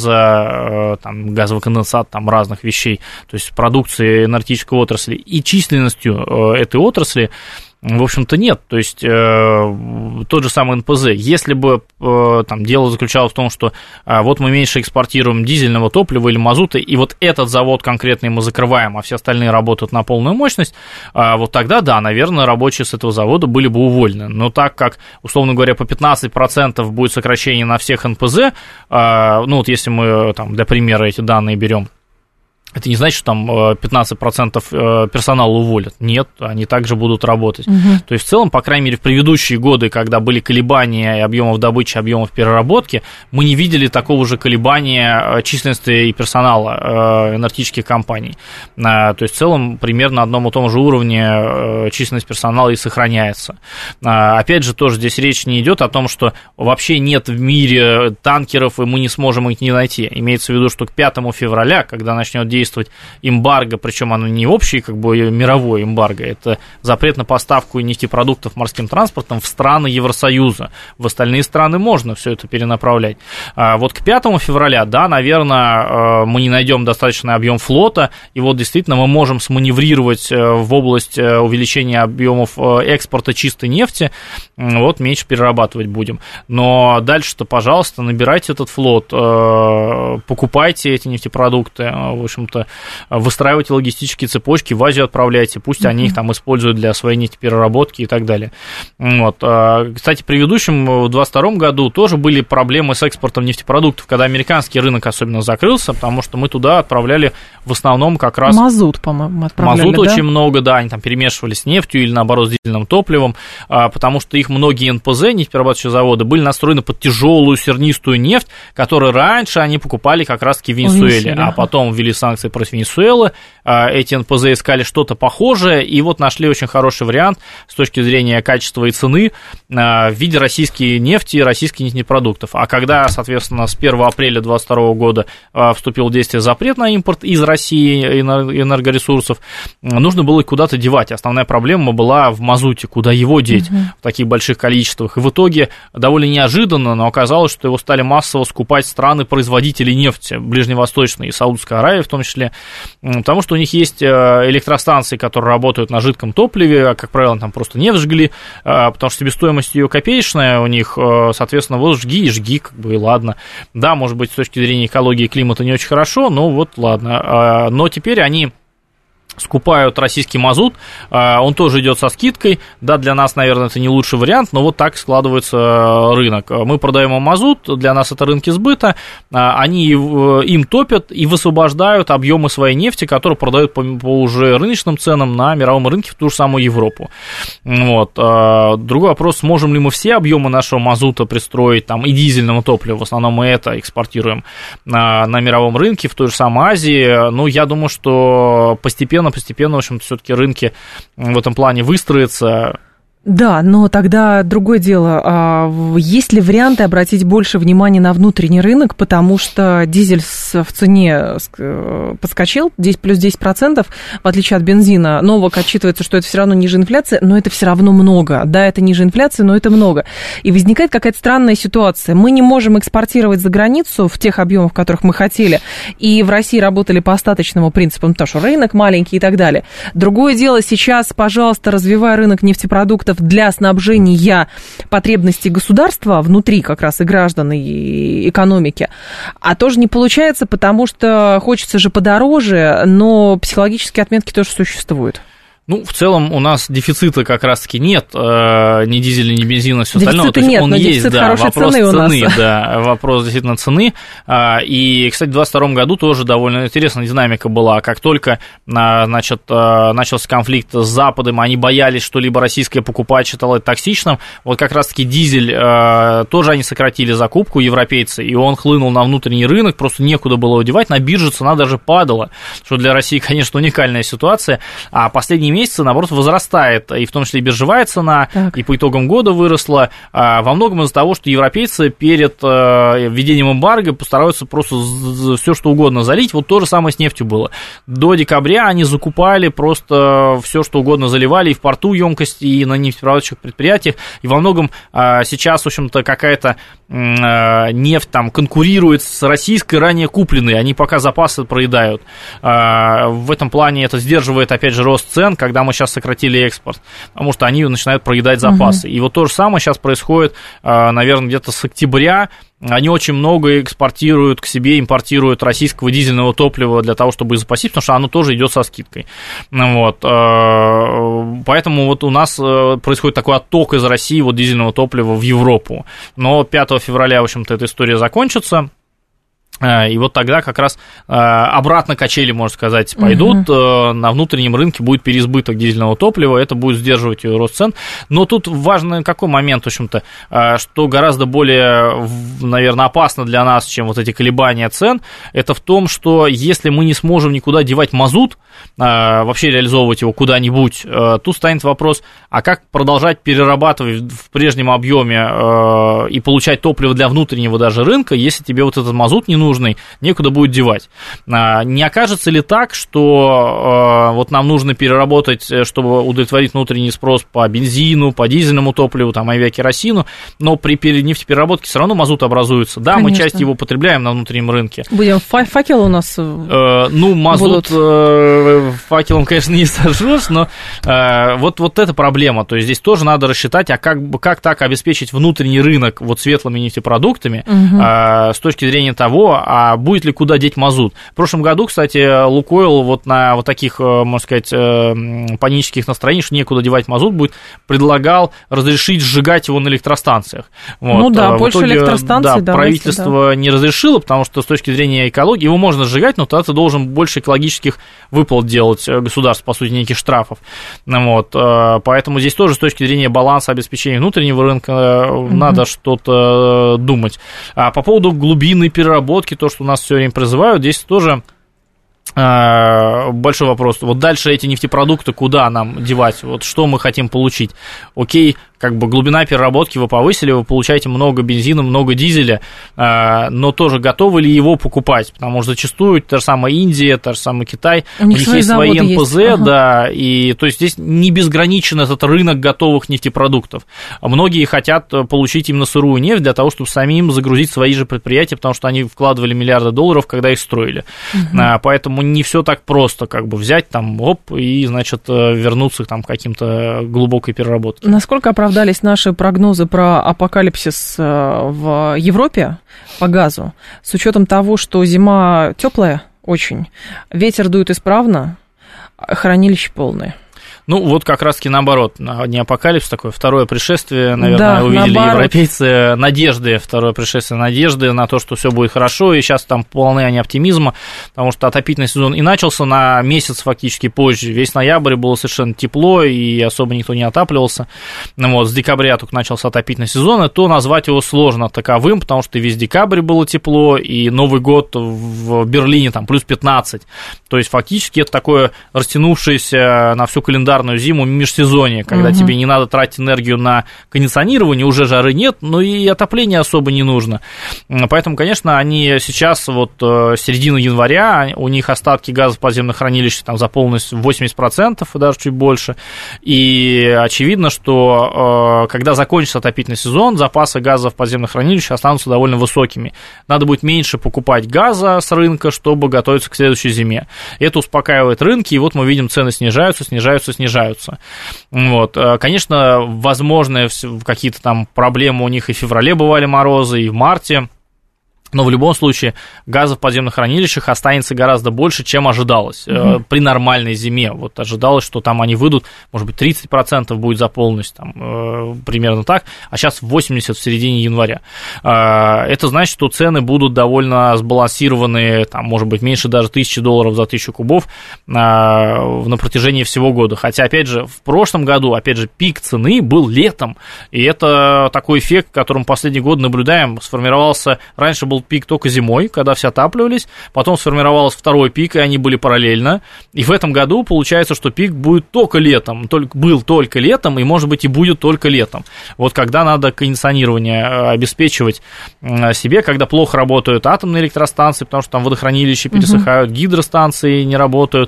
газа, там, газовый конденсат, там, разных вещей, то есть продукции энергетической отрасли и численностью этой отрасли. В общем-то, нет. То есть, э, тот же самый эн пэ зэ, если бы э, там, дело заключалось в том, что э, вот мы меньше экспортируем дизельного топлива или мазута, и вот этот завод конкретный мы закрываем, а все остальные работают на полную мощность, э, вот тогда, да, наверное, рабочие с этого завода были бы уволены. Но так как, условно говоря, по пятнадцать процентов будет сокращение на всех эн пэ зэ, э, ну вот если мы, там, для примера эти данные берем, это не значит, что там пятнадцать процентов персонала уволят. Нет, они также будут работать. Угу. То есть, в целом, по крайней мере, в предыдущие годы, когда были колебания объемов добычи, объемов переработки, мы не видели такого же колебания численности и персонала энергетических компаний. То есть, в целом, примерно на одном и том же уровне численность персонала и сохраняется. Опять же, тоже здесь речь не идет о том, что вообще нет в мире танкеров, и мы не сможем их не найти. Имеется в виду, что к пятому февраля, когда начнет действовать эмбарго, причем оно не общее, как бы мировое эмбарго, это запрет на поставку нефтепродуктов морским транспортом в страны Евросоюза. В остальные страны можно все это перенаправлять. А вот к пятому февраля, да, наверное, мы не найдем достаточный объем флота, и вот действительно мы можем сманеврировать в область увеличения объемов экспорта чистой нефти, вот меньше перерабатывать будем. Но дальше-то, пожалуйста, набирайте этот флот, покупайте эти нефтепродукты, в общем-то, выстраивайте логистические цепочки, в Азию отправляйте, пусть mm-hmm. они их там используют для своей нефтепереработки и так далее. Вот. Кстати, при предыдущем, в двадцать втором году, тоже были проблемы с экспортом нефтепродуктов, когда американский рынок особенно закрылся, потому что мы туда отправляли в основном как раз... Мазут, по-моему, отправляли, Мазут да? очень много, да, они там перемешивали с нефтью или, наоборот, с дизельным топливом, потому что их многие эн пэ зэ, нефтеперерабатывающие заводы, были настроены под тяжелую сернистую нефть, которую раньше они покупали как раз-таки в Венесуэле, а потом ввели санкции санкции против Венесуэлы, эти эн пэ зэ искали что-то похожее, и вот нашли очень хороший вариант с точки зрения качества и цены в виде российской нефти и российских нефтепродуктов. А когда, соответственно, с первого апреля две тысячи двадцать второго года вступил в действие запрет на импорт из России энергоресурсов, нужно было их куда-то девать. Основная проблема была в мазуте, куда его деть угу. в таких больших количествах. И в итоге довольно неожиданно, но оказалось, что его стали массово скупать страны-производители нефти, ближневосточные, и Саудовская Аравия в том числе, потому что у них есть электростанции, которые работают на жидком топливе, как правило, там просто нефть жгли, потому что себестоимость ее копеечная у них, соответственно, вот жги и жги, как бы, и ладно. Да, может быть, с точки зрения экологии и климата не очень хорошо, но вот ладно. Но теперь они скупают российский мазут, он тоже идет со скидкой, да, для нас, наверное, это не лучший вариант, но вот так складывается рынок. Мы продаем им мазут, для нас это рынки сбыта, они им топят и высвобождают объемы своей нефти, которую продают по, по уже рыночным ценам на мировом рынке в ту же самую Европу. Вот. Другой вопрос, сможем ли мы все объемы нашего мазута пристроить, там, и дизельного топлива, в основном мы это экспортируем на, на мировом рынке, в той же самой Азии, ну, я думаю, что постепенно Постепенно, в общем-то, все-таки рынки в этом плане выстроятся. Да, но тогда другое дело. Есть ли варианты обратить больше внимания на внутренний рынок, потому что дизель в цене подскочил, десять плюс десять процентов, в отличие от бензина. Новак отчитывается, что это все равно ниже инфляции, но это все равно много. Да, это ниже инфляции, но это много. И возникает какая-то странная ситуация. Мы не можем экспортировать за границу в тех объемах, в которых мы хотели, и в России работали по остаточному принципу, потому что рынок маленький и так далее. Другое дело, сейчас, пожалуйста, развивая рынок нефтепродуктов для снабжения потребностей государства внутри как раз и граждан, и экономики. А тоже не получается, потому что хочется же подороже, но психологические отметки тоже существуют. Ну, в целом у нас дефицита как раз-таки нет, э, ни дизеля, ни бензина, все остальное. То есть нет, он но есть, да, вопрос цены, цены, да, вопрос действительно цены. И, кстати, в двадцать втором году тоже довольно интересная динамика была. Как только, значит, начался конфликт с Западом, они боялись, что либо российское покупать считало это токсичным. Вот как раз-таки дизель тоже они сократили закупку, европейцы, и он хлынул на внутренний рынок, просто некуда было удевать, на бирже цена даже падала, что для России, конечно, уникальная ситуация. А последние месяца, наоборот, возрастает, и в том числе и биржевая цена, так. и по итогам года выросла, во многом из-за того, что европейцы перед введением эмбарго постараются просто все что угодно залить. Вот то же самое с нефтью было. До декабря они закупали просто все что угодно, заливали и в порту емкости, и на нефтепродуктовых предприятиях, и во многом сейчас, в общем-то, какая-то нефть там конкурирует с российской, ранее купленной, они пока запасы проедают. В этом плане это сдерживает, опять же, рост цен, когда мы сейчас сократили экспорт, потому что они начинают проедать запасы. Uh-huh. И вот то же самое сейчас происходит, наверное, где-то с октября. Они очень много экспортируют к себе, импортируют российского дизельного топлива для того, чтобы запасить, потому что оно тоже идет со скидкой. Вот. Поэтому вот у нас происходит такой отток из России вот дизельного топлива в Европу. Но пятого февраля, в общем-то, эта история закончится. И вот тогда как раз обратно качели, можно сказать, пойдут. Uh-huh. На внутреннем рынке будет переизбыток дизельного топлива, это будет сдерживать рост цен. Но тут важный какой момент, в общем-то, что гораздо более, наверное, опасно для нас, чем вот эти колебания цен, это в том, что если мы не сможем никуда девать мазут, вообще реализовывать его куда-нибудь, тут станет вопрос, а как продолжать перерабатывать в прежнем объеме и получать топливо для внутреннего даже рынка, если тебе вот этот мазут не нужен, нужный, некуда будет девать. Не окажется ли так, что вот нам нужно переработать, чтобы удовлетворить внутренний спрос по бензину, по дизельному топливу, там, авиакеросину, но при нефтепереработке все равно мазут образуется. Да, конечно. Мы часть его потребляем на внутреннем рынке. Будем факел у нас э, Ну, мазут э, факелом, конечно, не сожжешь, но э, вот, вот эта проблема. То есть здесь тоже надо рассчитать, а как, как так обеспечить внутренний рынок вот светлыми нефтепродуктами, угу. э, с точки зрения того, а будет ли куда деть мазут. В прошлом году, кстати, Лукойл вот на вот таких, можно сказать, панических настроениях, что некуда девать мазут будет, предлагал разрешить сжигать его на электростанциях. Вот. Ну да, в больше итоге, электростанций. Да, правительство да. не разрешило, потому что с точки зрения экологии его можно сжигать, но тогда ты должен больше экологических выплат делать государству, по сути, неких штрафов. Вот. Поэтому здесь тоже с точки зрения баланса обеспечения внутреннего рынка mm-hmm. надо что-то думать. А по поводу глубинной переработки, то, что у нас все время призывают, здесь тоже большой вопрос. Вот дальше эти нефтепродукты куда нам девать? Вот что мы хотим получить? Окей, как бы глубина переработки вы повысили, вы получаете много бензина, много дизеля, но тоже готовы ли его покупать? Потому что зачастую та же самая Индия, та же самая Китай, у них, у них есть свои эн пэ зэ, ага. да, и то есть здесь не безграничен этот рынок готовых нефтепродуктов. Многие хотят получить именно сырую нефть для того, чтобы самим загрузить свои же предприятия, потому что они вкладывали миллиарды долларов, когда их строили. Угу. Поэтому не все так просто, как бы взять там, оп, и, значит, вернуться там, к каким-то глубокой переработке. Насколько оправдались наши прогнозы про апокалипсис в Европе по газу, с учетом того, что зима теплая очень, ветер дует исправно, хранилища полные? Ну, вот как раз-таки наоборот, не апокалипсис такое, второе пришествие, наверное, да, увидели наоборот. Европейцы, надежды, второе пришествие надежды на то, что все будет хорошо, и сейчас там полны они оптимизма, потому что отопительный сезон и начался на месяц фактически позже, весь ноябрь было совершенно тепло, и особо никто не отапливался, ну, вот, с декабря только начался отопительный сезон, и то назвать его сложно таковым, потому что весь декабрь было тепло, и Новый год в Берлине там плюс пятнадцать, то есть фактически это такое растянувшееся на всю календарную зиму межсезонье, когда угу. тебе не надо тратить энергию на кондиционирование, уже жары нет, но и отопление особо не нужно. Поэтому, конечно, они сейчас, вот середина января, у них остатки газа в подземных хранилищах там заполнились восемьдесят процентов, и даже чуть больше, и очевидно, что когда закончится отопительный сезон, запасы газа в подземных хранилищах останутся довольно высокими. Надо будет меньше покупать газа с рынка, чтобы готовиться к следующей зиме. Это успокаивает рынки, и вот мы видим, цены снижаются, снижаются, снижаются. снижаются. Вот. Конечно, возможны какие-то там проблемы у них и в феврале бывали морозы, и в марте. Но в любом случае газа в подземных хранилищах останется гораздо больше, чем ожидалось угу. при нормальной зиме. Вот ожидалось, что там они выйдут, может быть, тридцать процентов будет заполненность, там, э, примерно так, а сейчас восемьдесят процентов в середине января. Э, это значит, что цены будут довольно сбалансированы, там, может быть, меньше даже тысячи долларов за тысячу кубов э, на протяжении всего года. Хотя, опять же, в прошлом году, опять же, пик цены был летом, и это такой эффект, который мы последний год наблюдаем, сформировался, раньше был пик только зимой, когда все отапливались, потом сформировался второй пик, и они были параллельно, и в этом году получается, что пик будет только летом, только, был только летом, и, может быть, и будет только летом. Вот когда надо кондиционирование обеспечивать себе, когда плохо работают атомные электростанции, потому что там водохранилища пересыхают, угу. гидростанции не работают,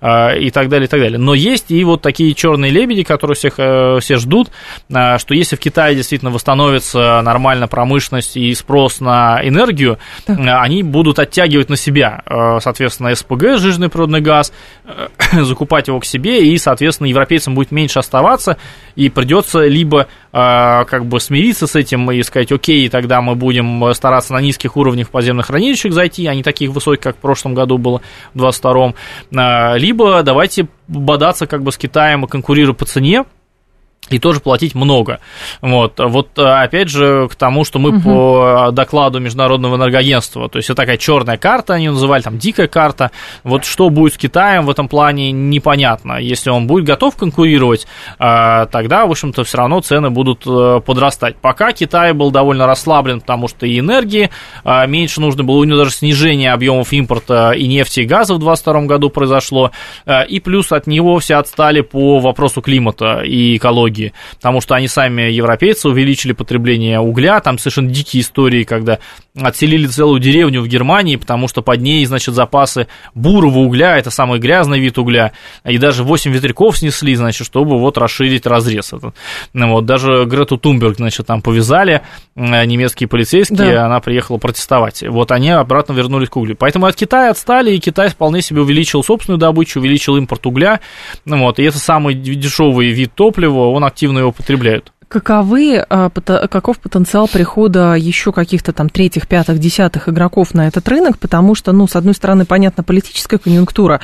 и так далее, и так далее. Но есть и вот такие черные лебеди, которые всех, все ждут, что если в Китае действительно восстановится нормально промышленность и спрос на энергию, так. они будут оттягивать на себя, соответственно, эс пэ гэ, сжиженный природный газ, закупать его к себе, и, соответственно, европейцам будет меньше оставаться, и придется либо как бы смириться с этим и сказать, окей, тогда мы будем стараться на низких уровнях в подземных хранилищах зайти, а не таких высоких, как в прошлом году было, в двадцать втором, либо давайте бодаться как бы с Китаем и конкурировать по цене, и тоже платить много. Вот, вот опять же, к тому, что мы угу. по докладу Международного энергоагентства, то есть это такая черная карта, они называли, там, дикая карта, вот что будет с Китаем в этом плане, непонятно. Если он будет готов конкурировать, тогда, в общем-то, все равно цены будут подрастать. Пока Китай был довольно расслаблен, потому что и энергии меньше нужно было, у него даже снижение объемов импорта и нефти, и газа в двадцать втором году произошло, и плюс от него все отстали по вопросу климата и экологии. Потому что они сами, европейцы, увеличили потребление угля, там совершенно дикие истории, когда отселили целую деревню в Германии, потому что под ней, значит, запасы бурого угля, это самый грязный вид угля, и даже восемь ветряков снесли, значит, чтобы вот расширить разрез этот. Вот, даже Грету Тунберг, значит, там повязали, немецкие полицейские, да. она приехала протестовать. Вот они обратно вернулись к углю. Поэтому от Китая отстали, и Китай вполне себе увеличил собственную добычу, увеличил импорт угля, вот, и это самый дешевый вид топлива, он активно его потребляют. Каковы, каков потенциал прихода еще каких-то там третьих, пятых, десятых игроков на этот рынок, потому что, ну, с одной стороны, понятно, политическая конъюнктура,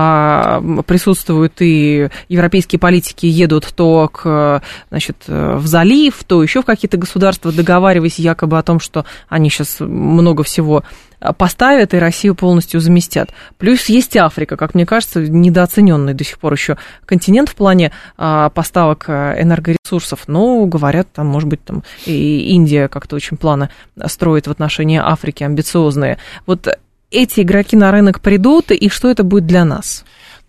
а, присутствуют и европейские политики едут то к, значит, в залив, то еще в какие-то государства, договариваясь якобы о том, что они сейчас много всего поставят и Россию полностью заместят. Плюс есть Африка, как мне кажется, недооцененный до сих пор еще континент в плане а, поставок энергоресурсов. Но говорят, там, может быть, там и Индия как-то очень планы строит в отношении Африки амбициозные. Вот эти игроки на рынок придут, и что это будет для нас?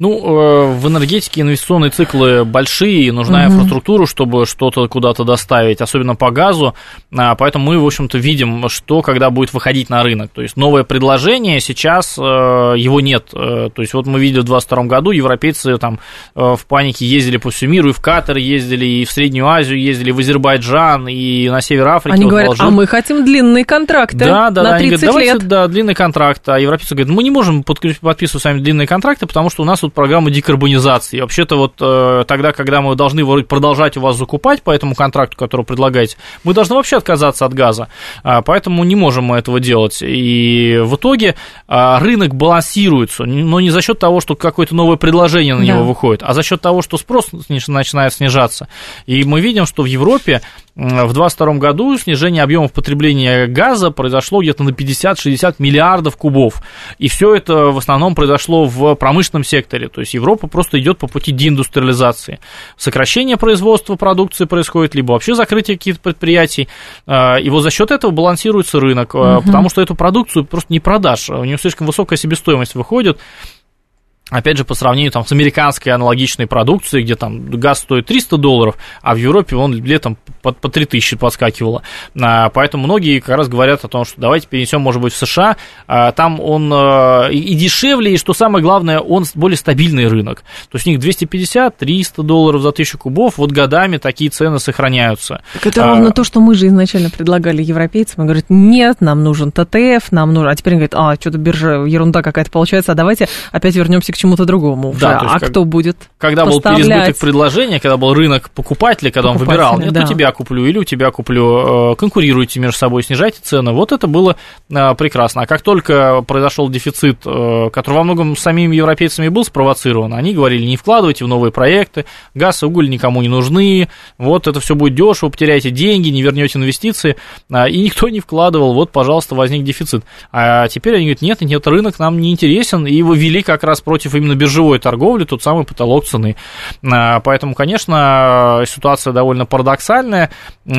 Ну, в энергетике инвестиционные циклы большие, нужна угу. инфраструктура, чтобы что-то куда-то доставить, особенно по газу, поэтому мы, в общем-то, видим, что когда будет выходить на рынок. То есть новое предложение, сейчас его нет. То есть вот мы видели в двадцать втором году, европейцы там в панике ездили по всему миру, и в Катар ездили, и в Среднюю Азию ездили, в Азербайджан, и на север Африки. Они вот говорят, Алжир. А мы хотим длинные контракты да, да, на тридцать тридцать говорят, лет. Давайте, да, длинный контракт. А европейцы говорят, мы не можем подписывать с вами длинные контракты, потому что у нас программа декарбонизации. Вообще-то вот э, тогда, когда мы должны продолжать у вас закупать по этому контракту, который предлагаете, мы должны вообще отказаться от газа. А, поэтому не можем мы этого делать. И в итоге а, рынок балансируется, но не за счет того, что какое-то новое предложение на да. него выходит, а за счет того, что спрос начинает снижаться. И мы видим, что в Европе в двадцать втором году снижение объемов потребления газа произошло где-то на пятьдесят-шестьдесят миллиардов кубов. И все это в основном произошло в промышленном секторе. То есть Европа просто идет по пути деиндустриализации. Сокращение производства продукции происходит, либо вообще закрытие каких-то предприятий. И вот за счет этого балансируется рынок, угу. потому что эту продукцию просто не продашь. У нее слишком высокая себестоимость выходит. Опять же, по сравнению там, с американской аналогичной продукцией, где там газ стоит триста долларов, а в Европе он летом по, по три тысячи подскакивало. А, поэтому многие как раз говорят о том, что давайте перенесем, может быть, в США. А, там он а, и дешевле, и, что самое главное, он более стабильный рынок. То есть у них двести пятьдесят - триста долларов за тысячу кубов, вот годами такие цены сохраняются. Так это а, ровно то, что мы же изначально предлагали европейцам. Говорят, нет, нам нужен ТТФ, нам нужен... А теперь они говорят, а, что-то биржа, ерунда какая-то получается, а давайте опять вернемся к чему-то другому уже. Да, а как, кто будет Когда поставлять? Был переизбыток предложения, когда был рынок покупателей, когда он выбирал, нет, да. у тебя куплю или у тебя куплю, конкурируйте между собой, снижайте цены, вот это было прекрасно. А как только произошел дефицит, который во многом самими европейцами был спровоцирован, они говорили, не вкладывайте в новые проекты, газ и уголь никому не нужны, вот это все будет дешево, потеряете деньги, не вернете инвестиции, и никто не вкладывал, вот, пожалуйста, возник дефицит. А теперь они говорят, нет, нет, рынок нам не интересен, и его вели как раз против именно биржевой торговли, тот самый потолок цены. Поэтому, конечно, ситуация довольно парадоксальная,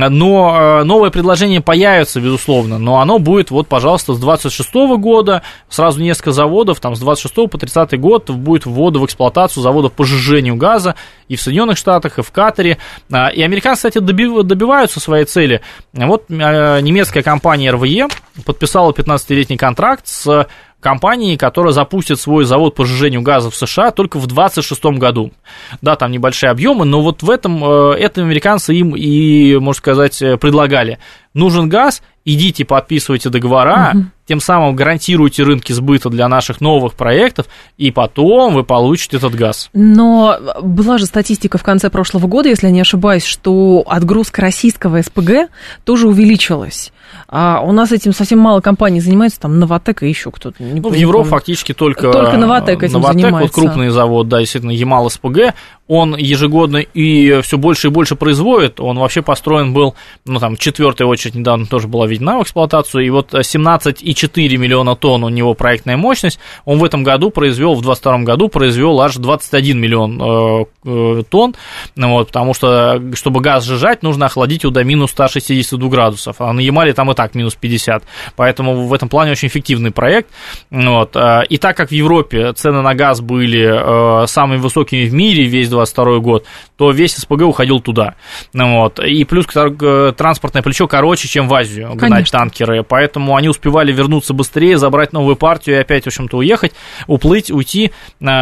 но новое предложение появится, безусловно, но оно будет, вот, пожалуйста, с двадцать шестого года, сразу несколько заводов, там, с двадцать шестого по тридцатый год будет ввода в эксплуатацию заводов по сжижению газа и в Соединенных Штатах, и в Катаре, и американцы, кстати, добиваются своей цели. Вот немецкая компания эр вэ е подписала пятнадцатилетний контракт с компании, которая запустит свой завод по сжижению газа в США только в двадцать шестом году. Да, там небольшие объемы, но вот в этом, это американцы им и, можно сказать, предлагали. Нужен газ, идите подписывайте договора, угу. тем самым гарантируйте рынки сбыта для наших новых проектов, и потом вы получите этот газ. Но была же статистика в конце прошлого года, если я не ошибаюсь, что отгрузка российского эс пэ гэ тоже увеличилась. А у нас этим совсем мало компаний занимается, там Новатэк и еще кто-то. Не ну, в Европе фактически только, только Новатэк этим Новатэк, занимается. Вот крупный завод, да, действительно, Ямал эс пэ гэ, он ежегодно и все больше и больше производит, он вообще построен был, ну, там, четвертая очередь недавно тоже была введена в эксплуатацию, и вот семнадцать и четыре миллиона тонн у него проектная мощность, он в этом году произвел, в двадцать втором году произвел аж двадцать один миллион э, э, тонн, вот, потому что, чтобы газ сжижать, нужно охладить его до минус ста шестидесяти двух градусов, а на Ямале там и так минус пятьдесят, поэтому в этом плане очень эффективный проект, вот, и так как в Европе цены на газ были э, самыми высокими в мире весь двадцать второй год, то весь эс пэ гэ уходил туда, вот, и плюс транспортное плечо короче, чем в Азию гнать Конечно. танкеры, поэтому они успевали вернуться быстрее, забрать новую партию и опять, в общем-то, уехать, уплыть, уйти,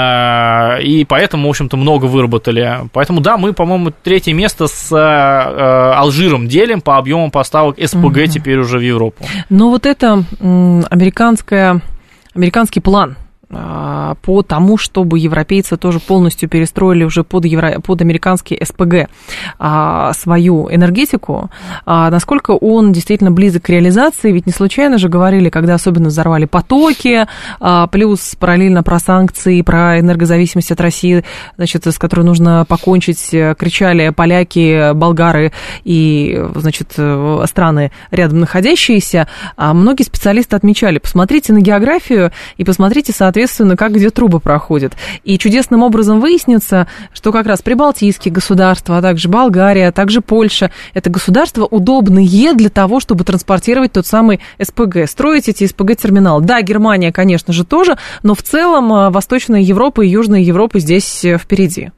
и поэтому, в общем-то, много выработали. Поэтому, да, мы, по-моему, третье место с Алжиром делим по объемам поставок эс пэ гэ угу. теперь уже в Европу. Но вот это американская, американский план по тому, чтобы европейцы тоже полностью перестроили уже под, евро, под американский эс пэ гэ а, свою энергетику, а, насколько он действительно близок к реализации, ведь не случайно же говорили, когда особенно взорвали потоки, а, плюс параллельно про санкции, про энергозависимость от России, значит, с которой нужно покончить, кричали поляки, болгары и, значит, страны рядом находящиеся, а многие специалисты отмечали, посмотрите на географию и посмотрите, соответственно, соответственно, как где трубы проходят. И чудесным образом выяснится, что как раз прибалтийские государства, а также Болгария, а также Польша, это государства удобные для того, чтобы транспортировать тот самый СПГ, строить эти СПГ-терминалы. Да, Германия, конечно же, тоже, но в целом Восточная Европа и Южная Европа здесь впереди.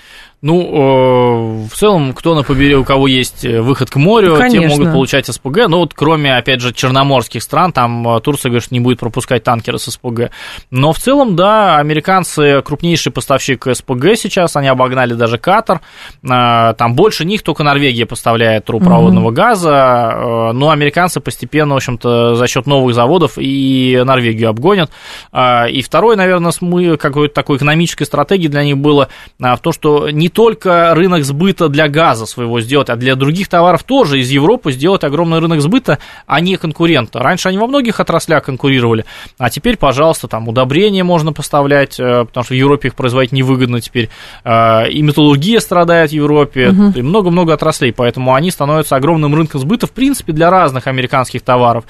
Ну, в целом, кто на побережье, у кого есть выход к морю, конечно, те могут получать СПГ. Но вот кроме, опять же, черноморских стран, там Турция, говорит, что не будет пропускать танкеры с СПГ. Но в целом, да, американцы крупнейший поставщик СПГ сейчас, они обогнали даже Катар. Там больше них только Норвегия поставляет трубопроводного угу. газа, но американцы постепенно, в общем-то, за счет новых заводов и Норвегию обгонят. И второй, наверное, какой-то такой экономической стратегии для них было в том, что не только рынок сбыта для газа своего сделать, а для других товаров тоже из Европы сделать огромный рынок сбыта, а не конкурента. Раньше они во многих отраслях конкурировали, а теперь, пожалуйста, там удобрения можно поставлять, потому что в Европе их производить невыгодно теперь, и металлургия страдает в Европе, угу. и много-много отраслей, поэтому они становятся огромным рынком сбыта, в принципе, для разных американских товаров.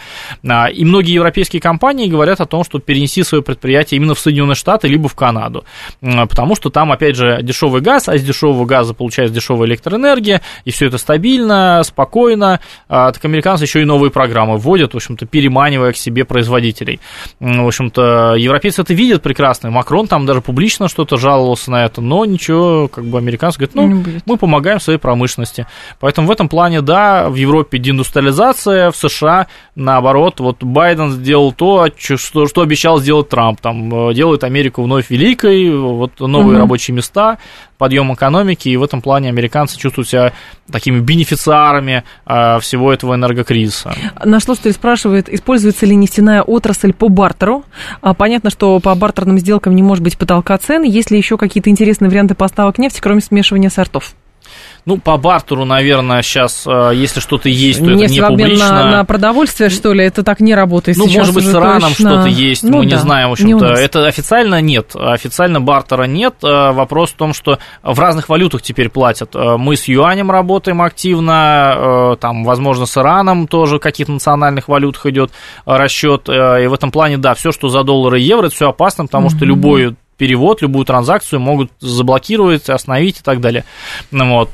И многие европейские компании говорят о том, что перенести свое предприятие именно в Соединенные Штаты, либо в Канаду, потому что там, опять же, дешевый газ, а из дешевого газа получается дешевая электроэнергия, и все это стабильно, спокойно. А, так американцы еще и новые программы вводят, в общем-то, переманивая к себе производителей. В общем-то, европейцы это видят прекрасно. Макрон там даже публично что-то жаловался на это, но ничего, как бы американцы говорят, ну, мы помогаем своей промышленности. Поэтому в этом плане, да, в Европе деиндустриализация, в США, наоборот, вот Байден сделал то, что, что обещал сделать Трамп, там, делает Америку вновь великой, вот новые угу. рабочие места, подъем экономики, и в этом плане американцы чувствуют себя такими бенефициарами э, всего этого энергокризиса. Наш слушатель спрашивает, используется ли нефтяная отрасль по бартеру? Понятно, что по бартерным сделкам не может быть потолка цен. Есть ли еще какие-то интересные варианты поставок нефти, кроме смешивания сортов? Ну, по бартеру, наверное, сейчас, если что-то есть, то нефть это не публично. На, на продовольствие, что ли? Это так не работает ну, сейчас. Ну, может быть, с Ираном точно... что-то есть, ну, мы да, не знаем, в общем-то. Это официально нет. Официально бартера нет. Вопрос в том, что в разных валютах теперь платят. Мы с юанем работаем активно, там, возможно, с Ираном тоже в каких-то национальных валютах идет расчет. И в этом плане, да, все, что за доллары и евро, это все опасно, потому mm-hmm. что любой перевод, любую транзакцию могут заблокировать, остановить и так далее. Вот,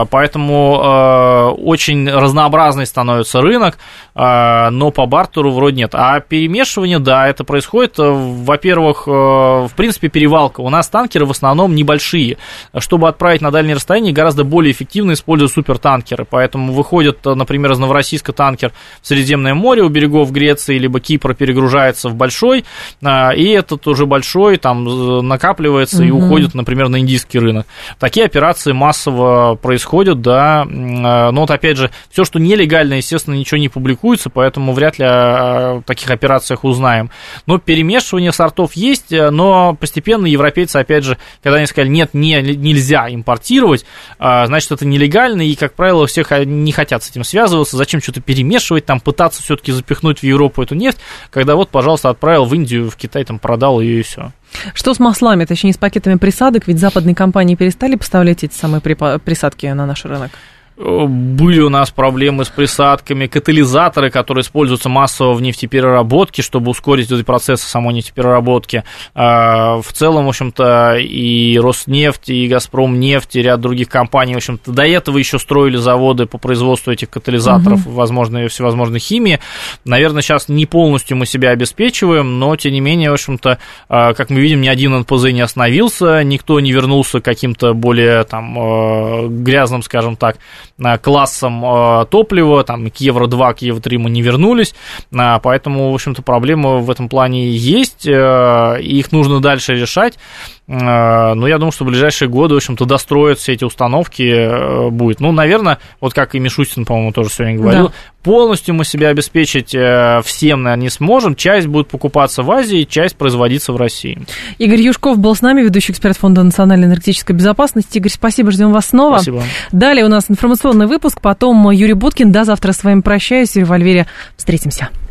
поэтому очень разнообразный становится рынок, но по бартеру вроде нет. А перемешивание, да, это происходит. Во-первых, в принципе, перевалка. У нас танкеры в основном небольшие. Чтобы отправить на дальние расстояния, гораздо более эффективно используют супертанкеры. Поэтому выходит, например, из Новороссийска танкер в Средиземное море у берегов Греции, либо Кипра, перегружается в большой, и этот уже большой там накапливается угу. и уходит, например, на индийский рынок. Такие операции массово происходят, да, но вот опять же, все, что нелегально, естественно, ничего не публикуется, поэтому вряд ли о таких операциях узнаем. Но перемешивание сортов есть, но постепенно европейцы, опять же, когда они сказали, нет, не, нельзя импортировать, значит, это нелегально, и, как правило, всех не хотят с этим связываться, зачем что-то перемешивать, там, пытаться все-таки запихнуть в Европу эту нефть, когда вот, пожалуйста, отправил в Индию, в Китай, там, продал ее и все. Что с маслами, точнее, с пакетами присадок? Ведь западные компании перестали поставлять эти самые присадки на наш рынок. Были у нас проблемы с присадками, катализаторы, которые используются массово в нефтепереработке, чтобы ускорить этот процесс самой нефтепереработки. В целом, в общем-то, и Роснефть, и Газпромнефть, и ряд других компаний, в общем-то, до этого еще строили заводы по производству этих катализаторов, угу. возможной, всевозможной химии. Наверное, сейчас не полностью мы себя обеспечиваем, но, тем не менее, в общем-то, как мы видим, ни один эн пэ зэ не остановился, никто не вернулся к каким-то более там грязным, скажем так, классом э, топлива, там, к евро два, к евро три мы не вернулись, э, поэтому, в общем-то, проблемы в этом плане есть, э, и их нужно дальше решать, э, но я думаю, что в ближайшие годы, в общем-то, достроят все эти установки э, будет. Ну, наверное, вот как и Мишустин, по-моему, тоже сегодня говорил, да. полностью мы себя обеспечить э, всем, наверное, не сможем, часть будет покупаться в Азии, часть производиться в России. Игорь Юшков был с нами, ведущий эксперт Фонда национальной энергетической безопасности. Игорь, спасибо, ждем вас снова. Спасибо. Далее у нас информационный выпуск, потом Юрий Буткин. До завтра с вами прощаюсь. В револьвере встретимся.